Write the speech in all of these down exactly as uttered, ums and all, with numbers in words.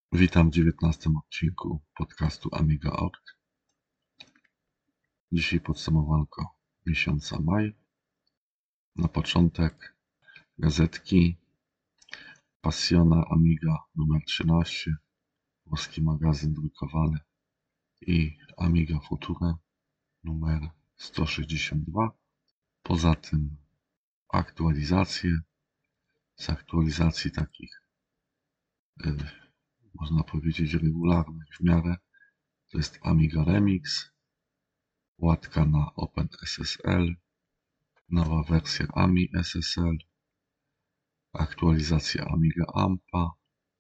Witam w dziewiętnastym odcinku podcastu Amiga kropka org. Dzisiaj podsumowanko miesiąca maj. Na początek gazetki Passiona Amiga numer trzynaście, włoski magazyn drukowany, i Amiga Futura numer sto sześćdziesiąt dwa. Poza tym aktualizacje. Z aktualizacji takich, yy, można powiedzieć, regularnych w miarę, to jest Amiga Remix, łatka na OpenSSL, nowa wersja Ami S S L, aktualizacja Amiga Ampa,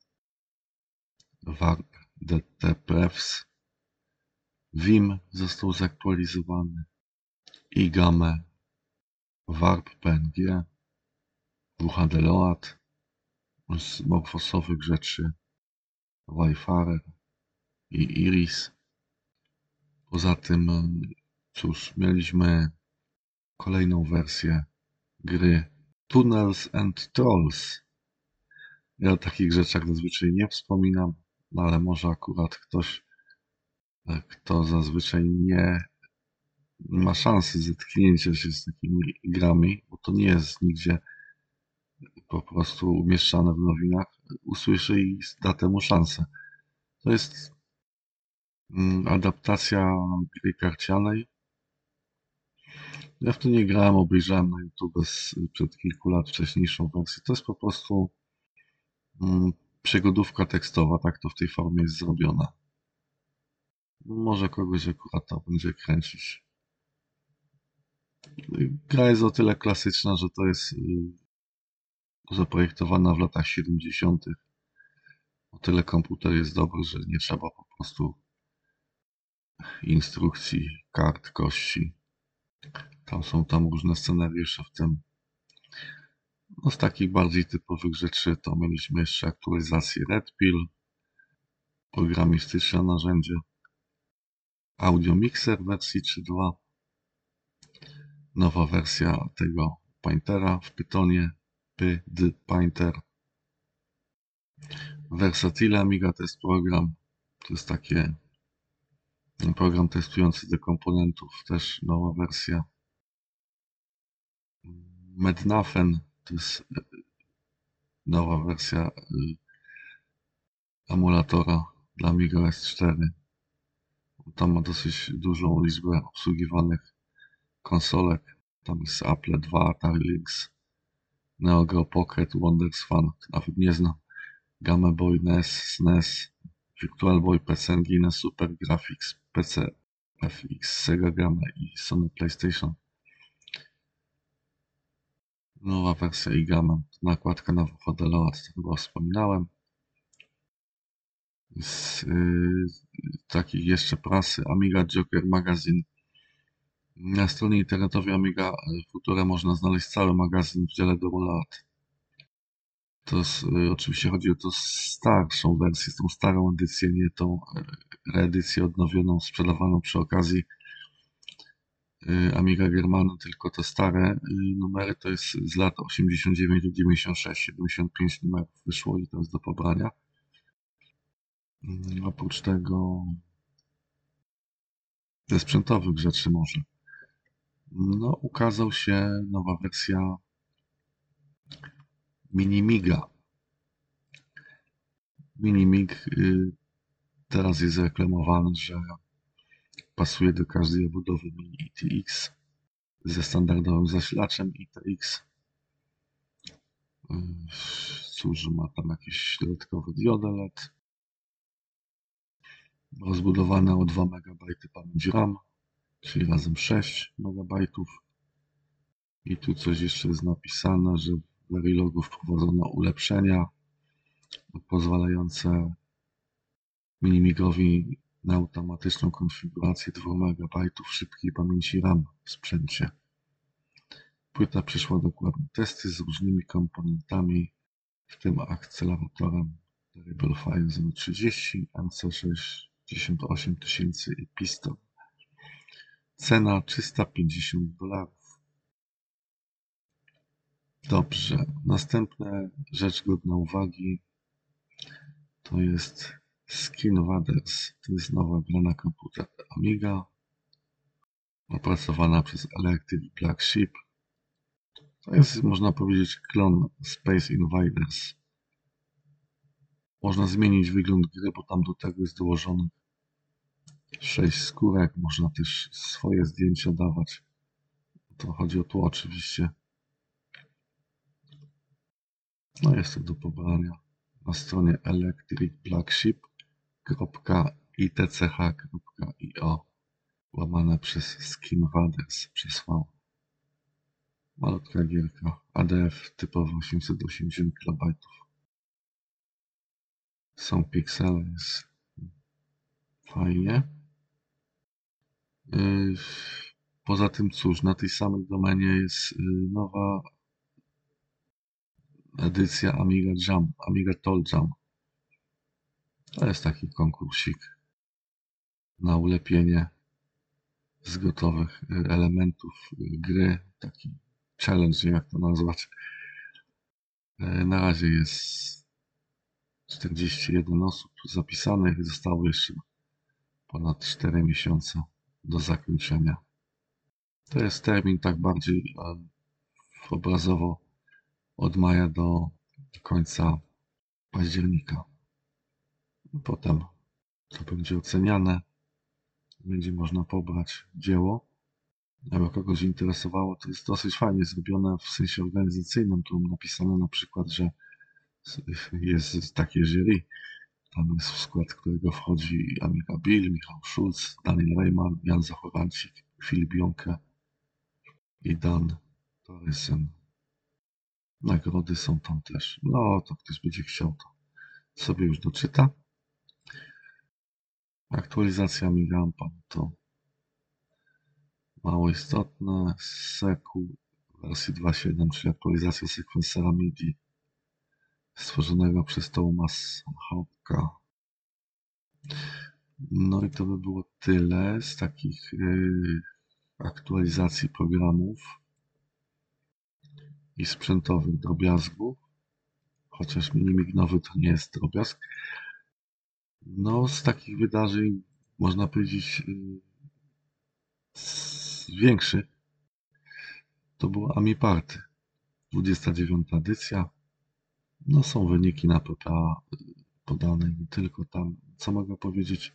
Warp D T Prefs, Vim został zaktualizowany, i Game, Warp P N G, W H D Load, z morfosowych rzeczy Wayfarer i Iris. Poza tym, cóż, mieliśmy kolejną wersję gry Tunnels and Trolls. Ja o takich rzeczach zazwyczaj nie wspominam, no ale może akurat ktoś, kto zazwyczaj nie ma szansy zetknięcia się z takimi grami, bo to nie jest nigdzie po prostu umieszczane w nowinach, usłyszy i da temu szansę. To jest adaptacja gry karcianej. Ja w to nie grałem, obejrzałem na YouTube przed kilku lat wcześniejszą wersję. To jest po prostu mm, przygodówka tekstowa, tak to w tej formie jest zrobiona. Może kogoś akurat to będzie kręcić. Gra jest o tyle klasyczna, że to jest zaprojektowana w latach siedemdziesiątych. O tyle komputer jest dobry, że nie trzeba po prostu instrukcji, kart, kości. Tam są tam różne scenariusze, w tym no z takich bardziej typowych rzeczy to mieliśmy jeszcze aktualizację Red Pill, programistyczne narzędzie, Audio Mixer w wersji trzy dwa, nowa wersja tego Paintera w Pythonie, P D Painter, Versatile Amiga Test Program, to jest takie program testujący do komponentów, też nowa wersja. Mednafen to jest nowa wersja emulatora dla Amiga O S cztery. Tam ma dosyć dużą liczbę obsługiwanych konsolek. Tam jest Apple dwa, Atari Lynx, Neo Geo Pocket, Wonders Fan, nawet nie znam, Game Boy N E S, S N E S, Virtual Boy P C Engine, Super Graphics, P C F X, Sega Game i Sony PlayStation. Nowa wersja i Game, nakładka na W H D Load, to chyba wspominałem. Z yy, takich jeszcze prasy, Amiga Joker Magazine. Na stronie internetowej Amiga Futura można znaleźć cały magazyn w dziale Demo lat. To jest, y, oczywiście chodzi o tą starszą wersję, tą starą edycję, nie tą reedycję odnowioną, sprzedawaną przy okazji y, Amiga Germana, tylko te stare y, numery to jest z lat osiemdziesiąt dziewięć do dziewięćdziesiąt sześć, siedemdziesiąt pięć numerów wyszło i to jest do pobrania. Y, oprócz tego ze sprzętowych rzeczy może. No, ukazał się nowa wersja Minimiga. Minimig y, teraz jest reklamowany, że pasuje do każdej obudowy Mini I T X ze standardowym zasilaczem I T X. Y, cóż, ma tam jakieś dodatkowe diody L E D. Rozbudowane o dwa megabajty pamięć RAM, czyli razem sześć megabajtów. I tu coś jeszcze jest napisane, że w Verilogu wprowadzono ulepszenia pozwalające Minimigowi na automatyczną konfigurację dwa megabajtów szybkiej pamięci RAM w sprzęcie. Płyta przeszła dokładne testy z różnymi komponentami, w tym akceleratorem Variable File zero trzydzieści, M C sześćdziesiąt osiem tysięcy i Piston. Cena trzysta pięćdziesiąt dolarów. Dobrze, następna rzecz godna uwagi To jest Skin Invaders. To jest nowa gra na komputer Amiga, opracowana przez Electric Black Sheep. To jest, można powiedzieć, klon Space Invaders. Można zmienić wygląd gry, bo tam do tego jest dołożonych sześć skórek. Można też swoje zdjęcia dawać. To chodzi o tło oczywiście. No jest to do pobrania na stronie electric black sheep kropka i t c h kropka i o łamane przez Skin Invaders przez V. Malutka gierka. A D F typowo osiemset osiemdziesiąt kilobajtów. Są piksele, jest fajnie. Yy, poza tym cóż, na tej samej domenie jest yy, nowa edycja Amiga Jam, Amiga Toll Jam. To jest taki konkursik na ulepienie z gotowych elementów gry, taki challenge, nie wiem jak to nazwać. Na razie jest czterdzieści jeden osób zapisanych, zostało jeszcze ponad cztery miesiące do zakończenia. To jest termin tak bardziej obrazowo od maja do końca października. Potem to będzie oceniane, będzie można pobrać dzieło. Jakby kogoś interesowało, to jest dosyć fajnie zrobione w sensie organizacyjnym. Tu napisane na przykład, że jest takie jury. Tam jest w skład, którego wchodzi Amiga Bill, Michał Schulz, Daniel Reimann, Jan Zachowancik, Filip Jonke i Dan Torresen. Nagrody są tam też. No, to ktoś będzie chciał, to sobie już doczyta. Aktualizacja Amiga Ampa to mało istotne. Seku wersji dwa kropka siedem, czyli aktualizacja sekwensera MIDI stworzonego przez Thomas Hawka. No i to by było tyle z takich yy, aktualizacji programów i sprzętowych drobiazgów. Chociaż minimig nowy to nie jest drobiazg. No z takich wydarzeń można powiedzieć yy, większy to było AmiParty. dwudziesta dziewiąta edycja. No są wyniki na P P A podane, nie tylko tam. Co mogę powiedzieć?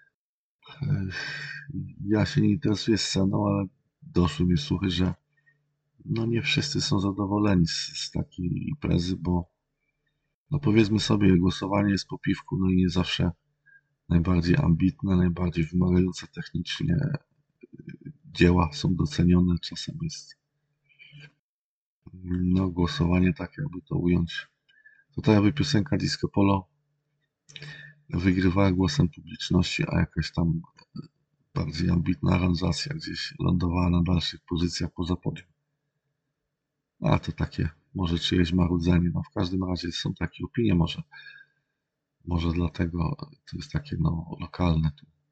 Ja się nie interesuję sceną, ale doszły mi słuchy, że no nie wszyscy są zadowoleni z, z takiej imprezy, bo no powiedzmy sobie, głosowanie jest po piwku, no i nie zawsze najbardziej ambitne, najbardziej wymagające technicznie dzieła są docenione. Czasem jest no głosowanie tak, jakby to ująć. To tak jakby piosenka Disco Polo wygrywała głosem publiczności, a jakaś tam bardziej ambitna aranżacja gdzieś lądowała na dalszych pozycjach poza podium. A to takie może czyjeś marudzenie. No w każdym razie są takie opinie, może, może dlatego to jest takie no lokalne.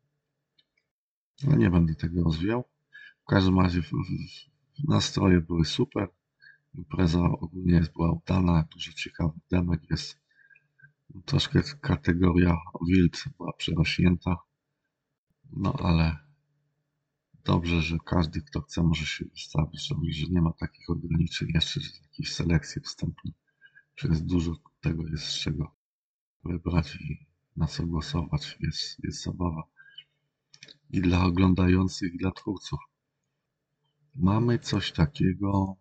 No nie będę tego rozwijał. W każdym razie w, w, nastroje były super. Impreza ogólnie jest, była udana, dużo ciekawych demek jest. Troszkę kategoria wild była przerośnięta. No ale dobrze, że każdy, kto chce, może się wystawić, że nie ma takich ograniczeń jeszcze, że jakieś selekcje wstępne, że jest dużo tego, jest z czego wybrać i na co głosować. Jest, jest zabawa i dla oglądających, i dla twórców. Mamy coś takiego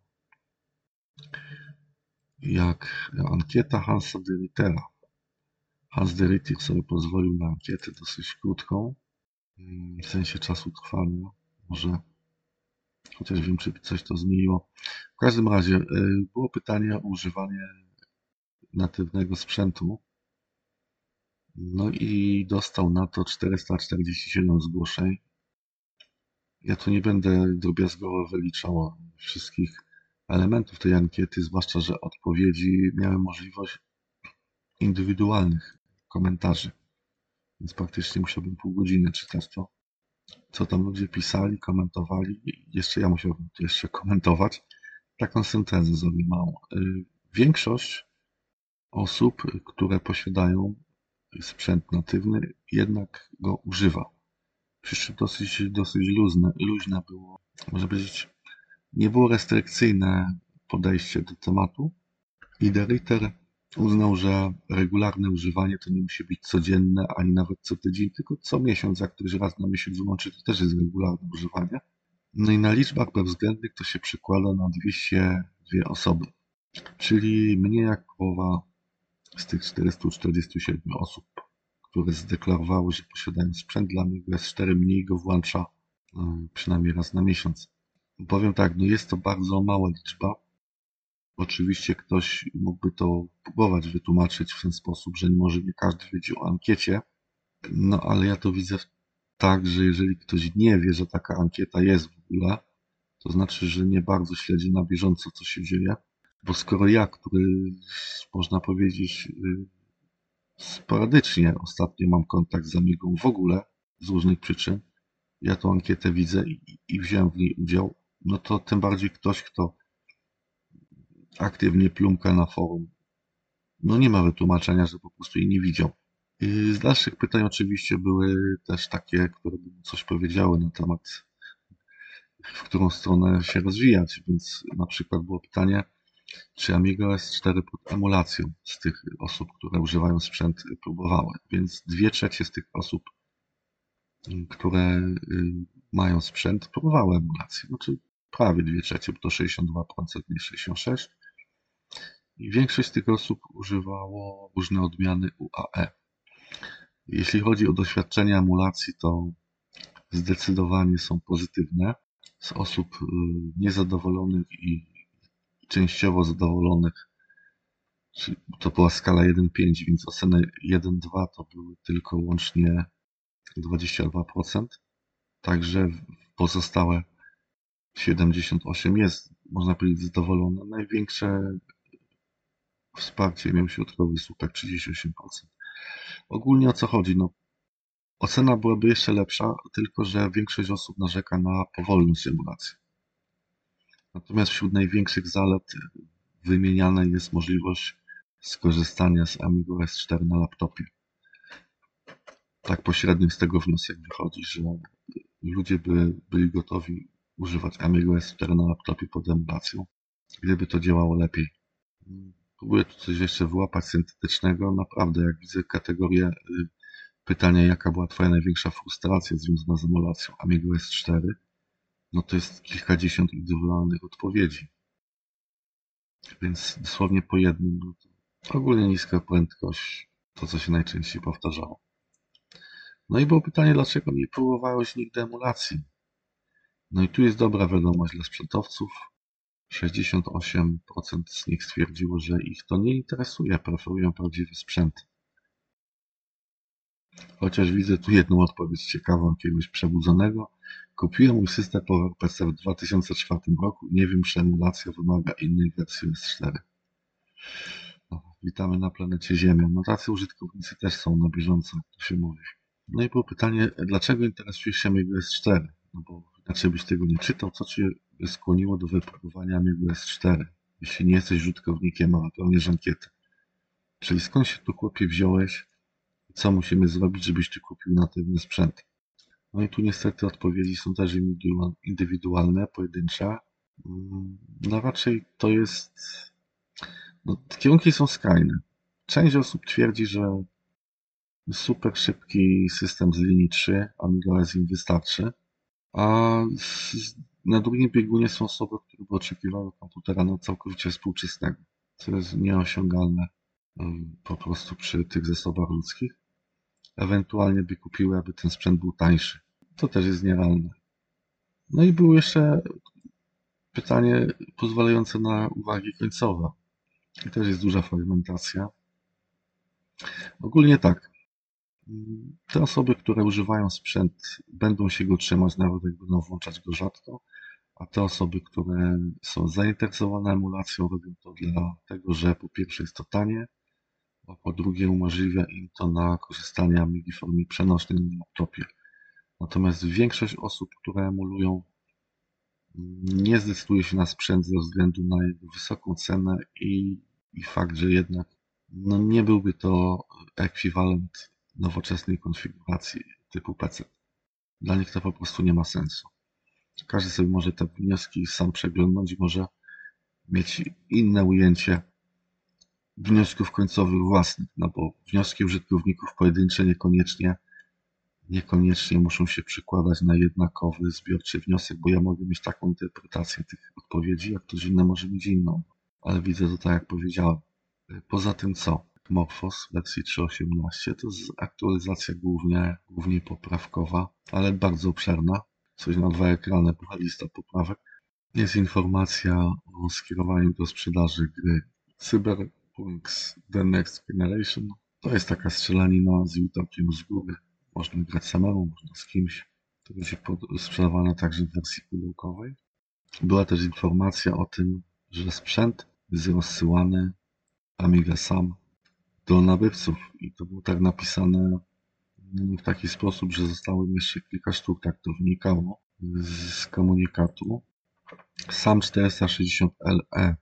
jak ankieta Hansa de Rittera. Hans de Ritter sobie pozwolił na ankietę dosyć krótką, w sensie czasu trwania. Może chociaż wiem, czy coś to zmieniło. W każdym razie było pytanie o używanie natywnego sprzętu. No i dostał na to czterysta czterdzieści siedem zgłoszeń. Ja tu nie będę drobiazgowo wyliczał wszystkich elementów tej ankiety, zwłaszcza, że odpowiedzi miały możliwość indywidualnych komentarzy. Więc praktycznie musiałbym pół godziny czytać to, co tam ludzie pisali, komentowali. I jeszcze ja musiałbym to jeszcze komentować. Taką syntezę zrobię małą. Większość osób, które posiadają sprzęt natywny, jednak go używa. Przy czym dosyć, dosyć luźne, luźne było, można powiedzieć, nie było restrykcyjne podejście do tematu i de Ritter uznał, że regularne używanie to nie musi być codzienne, ani nawet co tydzień, tylko co miesiąc, jak ktoś raz na miesiąc wyłączy, to też jest regularne używanie. No i na liczbach bezwzględnych to się przekłada na dwieście dwie osoby, czyli mniej jak połowa z tych czterystu czterdziestu siedmiu osób, które zdeklarowały, że posiadają sprzęt dla Amiga S cztery, mniej go włącza y, przynajmniej raz na miesiąc. Powiem tak, no jest to bardzo mała liczba. Oczywiście ktoś mógłby to próbować wytłumaczyć w ten sposób, że może nie każdy wiedział o ankiecie, no ale ja to widzę tak, że jeżeli ktoś nie wie, że taka ankieta jest w ogóle, to znaczy, że nie bardzo śledzi na bieżąco, co się dzieje, bo skoro ja, który można powiedzieć y, sporadycznie ostatnio mam kontakt z Amigą w ogóle, z różnych przyczyn, ja tą ankietę widzę i, i wziąłem w niej udział, no to tym bardziej ktoś, kto aktywnie plumka na forum, no nie ma wytłumaczenia, że po prostu jej nie widział. I z dalszych pytań oczywiście były też takie, które by coś powiedziały na temat, w którą stronę się rozwijać, więc na przykład było pytanie, czy Amiga S cztery pod emulacją z tych osób, które używają sprzęt, próbowały. Więc dwie trzecie z tych osób, które y, mają sprzęt, próbowały emulację. Znaczy prawie dwie trzecie, bo to sześćdziesiąt dwa procent, nie sześćdziesiąt sześć procent. I większość z tych osób używało różne odmiany U A E. Jeśli chodzi o doświadczenia emulacji, to zdecydowanie są pozytywne. Z osób y, niezadowolonych i częściowo zadowolonych, to była skala jeden pięć, więc oceny jeden dwa to były tylko łącznie dwadzieścia dwa procent. Także pozostałe siedemdziesiąt osiem jest, można powiedzieć, zadowolone. Największe wsparcie miał środkowy słupek trzydzieści osiem procent. Ogólnie o co chodzi? No, ocena byłaby jeszcze lepsza, tylko że większość osób narzeka na powolną symulację. Natomiast wśród największych zalet wymieniana jest możliwość skorzystania z Amiga S cztery na laptopie. Tak pośrednio z tego wniosek wychodzi, że ludzie by byli gotowi używać Amiga S cztery na laptopie pod emulacją, gdyby to działało lepiej. Próbuję tu coś jeszcze wyłapać syntetycznego. Naprawdę, jak widzę kategorię pytania, jaka była Twoja największa frustracja związana z emulacją Amiga S cztery, no to jest kilkadziesiąt indywidualnych odpowiedzi. Więc dosłownie po jednym. No to ogólnie niska prędkość, to co się najczęściej powtarzało. No i było pytanie, dlaczego nie próbowałeś nigdy emulacji? No i tu jest dobra wiadomość dla sprzętowców. sześćdziesiąt osiem procent z nich stwierdziło, że ich to nie interesuje, preferują prawdziwy sprzęt. Chociaż widzę tu jedną odpowiedź ciekawą, jakiegoś przebudzonego. Kupiłem mój system PowerPC w dwa tysiące czwartym roku i nie wiem, czy emulacja wymaga innej wersji S cztery. No, witamy na planecie Ziemia. No tacy użytkownicy też są na bieżąco, jak to się mówi. No i było pytanie, dlaczego interesujesz się Amiga S cztery? No bo inaczej byś tego nie czytał. Co cię skłoniło do wypróbowania Amiga S cztery? Jeśli nie jesteś użytkownikiem, a wypełniasz ankietę. Czyli skąd się tu, chłopie, wziąłeś? Co musimy zrobić, żebyś ty kupił natywny sprzęt? No i tu niestety odpowiedzi są też indywidualne, pojedyncze. No raczej to jest... No, kierunki są skrajne. Część osób twierdzi, że super szybki system z linii trzy, Amiga O S im wystarczy, a na drugim biegunie są osoby, które by oczekiwały komputera no, całkowicie współczesnego, co jest nieosiągalne po prostu przy tych zasobach ludzkich. Ewentualnie by kupiły, aby ten sprzęt był tańszy. To też jest nierealne. No i było jeszcze pytanie pozwalające na uwagi końcowe. I też jest duża fragmentacja. Ogólnie tak. Te osoby, które używają sprzęt, będą się go trzymać, nawet jak będą włączać go rzadko, a te osoby, które są zainteresowane emulacją, robią to dlatego, że po pierwsze jest to tanie, a po drugie umożliwia im to na korzystanie Amigi w formie przenośnej na laptopie. Natomiast większość osób, które emulują, nie zdecyduje się na sprzęt ze względu na jego wysoką cenę i, i fakt, że jednak no nie byłby to ekwiwalent nowoczesnej konfiguracji typu P C. Dla nich to po prostu nie ma sensu. Każdy sobie może te wnioski sam przeglądnąć i może mieć inne ujęcie wniosków końcowych własnych, no bo wnioski użytkowników pojedyncze niekoniecznie, niekoniecznie muszą się przykładać na jednakowy, zbiorczy wniosek, bo ja mogę mieć taką interpretację tych odpowiedzi, jak ktoś inny może mieć inną. Ale widzę to tak, jak powiedziałem. Poza tym co? Morphos w wersji trzy osiemnaście to jest aktualizacja głównie, głównie poprawkowa, ale bardzo obszerna. Coś na dwa ekrany, była lista poprawek. Jest informacja o skierowaniu do sprzedaży gry Cyberpunks The Next Generation. To jest taka strzelanina z widokiem z góry. Można grać samemu, można z kimś. To będzie sprzedawane także w wersji pudełkowej. Była też informacja o tym, że sprzęt jest rozsyłany Amiga Sam do nabywców i to było tak napisane w taki sposób, że zostało jeszcze kilka sztuk, tak to wynikało z komunikatu. Sam czterysta sześćdziesiąt L E.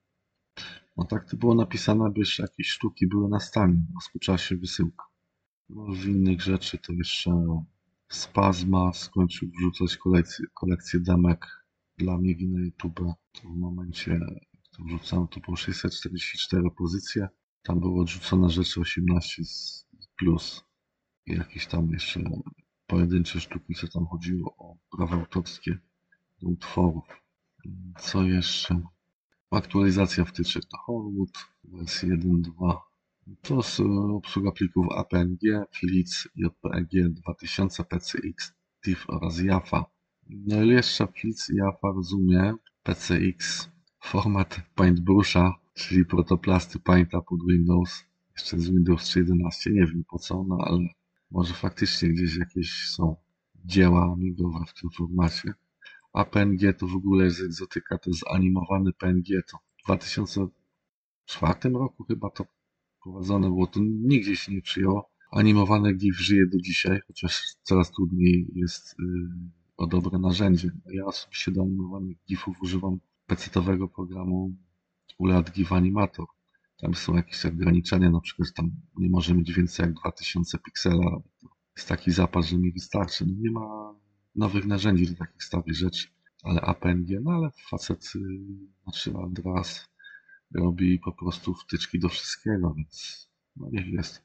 No tak to było napisane, aby jeszcze jakieś sztuki były na stanie. Rozpoczęła się wysyłka. No, z innych rzeczy to jeszcze Spazma skończył wrzucać kolekcję, kolekcję demek dla Amigi na YouTube. To w momencie, jak to wrzucałem, to było sześćset czterdzieści cztery pozycje. Tam było odrzucone rzeczy osiemnaście plus. I jakieś tam jeszcze pojedyncze sztuki, co tam chodziło o prawa autorskie do utworów. Co jeszcze? Aktualizacja wtyczek do Hollywood, wersja jeden dwa. To jest obsługa plików A P N G, Philips, J P E G dwa tysiące, P C X, T I F oraz Jaffa. No i jeszcze Philips i Jaffa rozumie P C X format Paintbrusha, czyli protoplasty Painta pod Windows, jeszcze z Windows trzy jedenaście, nie wiem po co, no ale może faktycznie gdzieś jakieś są dzieła amigowe w tym formacie. A P N G to w ogóle jest egzotyka, to jest animowany P N G, to w dwa tysiące czwartym roku chyba to prowadzone było, to nigdzie się nie przyjęło. Animowany GIF żyje do dzisiaj, chociaż coraz trudniej jest yy, o dobre narzędzie. Ja osobiście do animowanych GIFów używam pecetowego programu U L A D GIF Animator. Tam są jakieś ograniczenia, na przykład tam nie może mieć więcej jak dwa tysiące piksela. To jest taki zapas, że mi wystarczy. No nie ma nowych narzędzi do takich starych rzeczy. Ale A P N G, no ale facet, yy, znaczy Andras robi po prostu wtyczki do wszystkiego, więc no niech jest.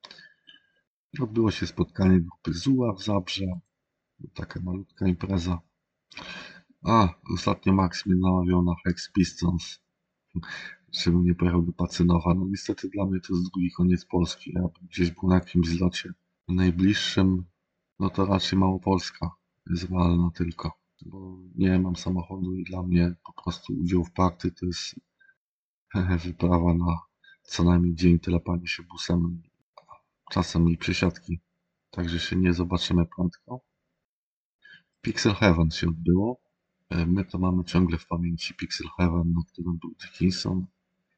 Odbyło się spotkanie grupy Zula w Zabrze. Taka malutka impreza. A, ostatnio Max mnie namawiał na Hex Pistons, żebym nie pojechał do Pacynowa. No niestety dla mnie to jest drugi koniec Polski. Ja gdzieś był na jakimś zlocie najbliższym, no to raczej Małopolska jest realna tylko. Bo nie mam samochodu i dla mnie po prostu udział w party to jest wyprawa na co najmniej dzień, telepanie się busem, czasem i przesiadki. Także się nie zobaczymy prędko. Pixel Heaven się odbyło. My to mamy ciągle w pamięci Pixel Heaven, na którym był Dickinson.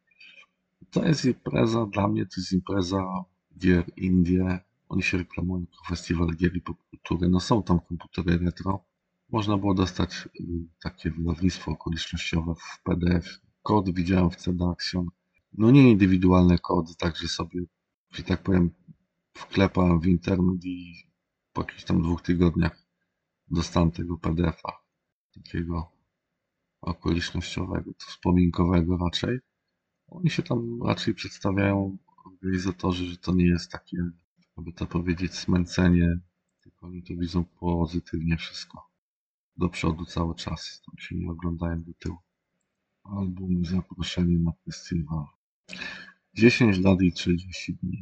To jest impreza, dla mnie to jest impreza gier indie. Oni się reklamują jako festiwal gier i popkultury. No są tam komputery retro. Można było dostać takie wydawnictwo okolicznościowe w P D F. Kod widziałem w C D Action. No nie indywidualne kody, także sobie, że tak powiem, wklepałem w internet i po jakichś tam dwóch tygodniach dostałem tego P D F-a. Takiego okolicznościowego, wspominkowego raczej. Oni się tam raczej przedstawiają, organizatorzy, że to nie jest takie, aby to powiedzieć, smęcenie, tylko oni to widzą pozytywnie wszystko. Do przodu cały czas, tam się nie oglądają do tyłu. Album zaproszenie na festiwal. dziesięć lat i trzydzieści dni.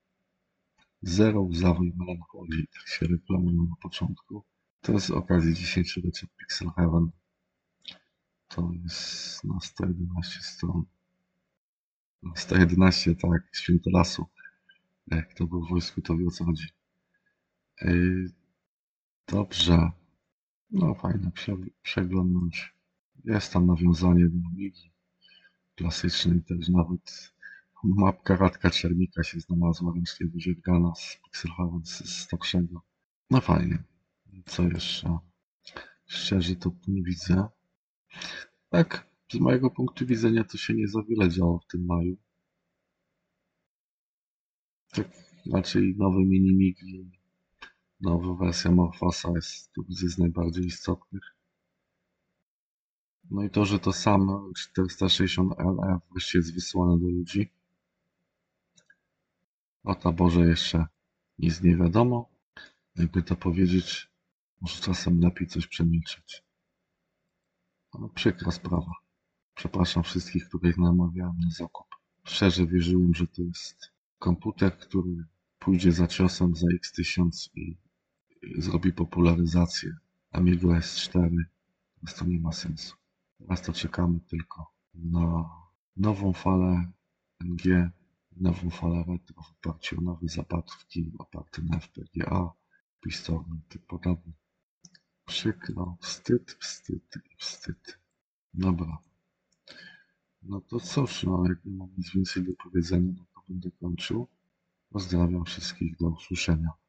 Zero łzawej melancholii, tak się reklamują na początku. To jest z okazji dziesięciolecia Pixel Heaven. To jest na sto jedenaście stron. Na sto jedenaście, tak, Święto Lasu. Jak kto był w wojsku, to wie o co chodzi. Yy, dobrze. No fajnie przeglądnąć. Jest tam nawiązanie do Amigi klasycznej, też nawet mapka Radka Czernika się znalazła ręcznie wydziergana z Pixel Heaven z starszego. No fajnie. Co jeszcze? Szczerze to nie widzę. Tak, z mojego punktu widzenia to się nie za wiele działo w tym maju. Tak Raczej nowy Minimigi, nowa wersja Morfosa jest tu widzę z najbardziej istotnych. No i to, że to sam czterysta sześćdziesiąt L E wreszcie jest wysyłane do ludzi. O taborze jeszcze nic nie wiadomo. Jakby to powiedzieć, może czasem lepiej coś przemilczeć. No, przykra sprawa. Przepraszam wszystkich, których namawiałem na zakup. Szczerze wierzyłem, że to jest komputer, który pójdzie za ciosem za X tysiąc i zrobi popularyzację Amiga S cztery. Teraz to nie ma sensu. Teraz to czekamy tylko na nową falę N G, nową falę retro w oparciu o nowe zabawki oparte na F P G A, Pistorny i tym podobne. Przykro, wstyd, wstyd i wstyd. Dobra. No to cóż, no jak nie mam nic więcej do powiedzenia, no to będę kończył. Pozdrawiam wszystkich, do usłyszenia.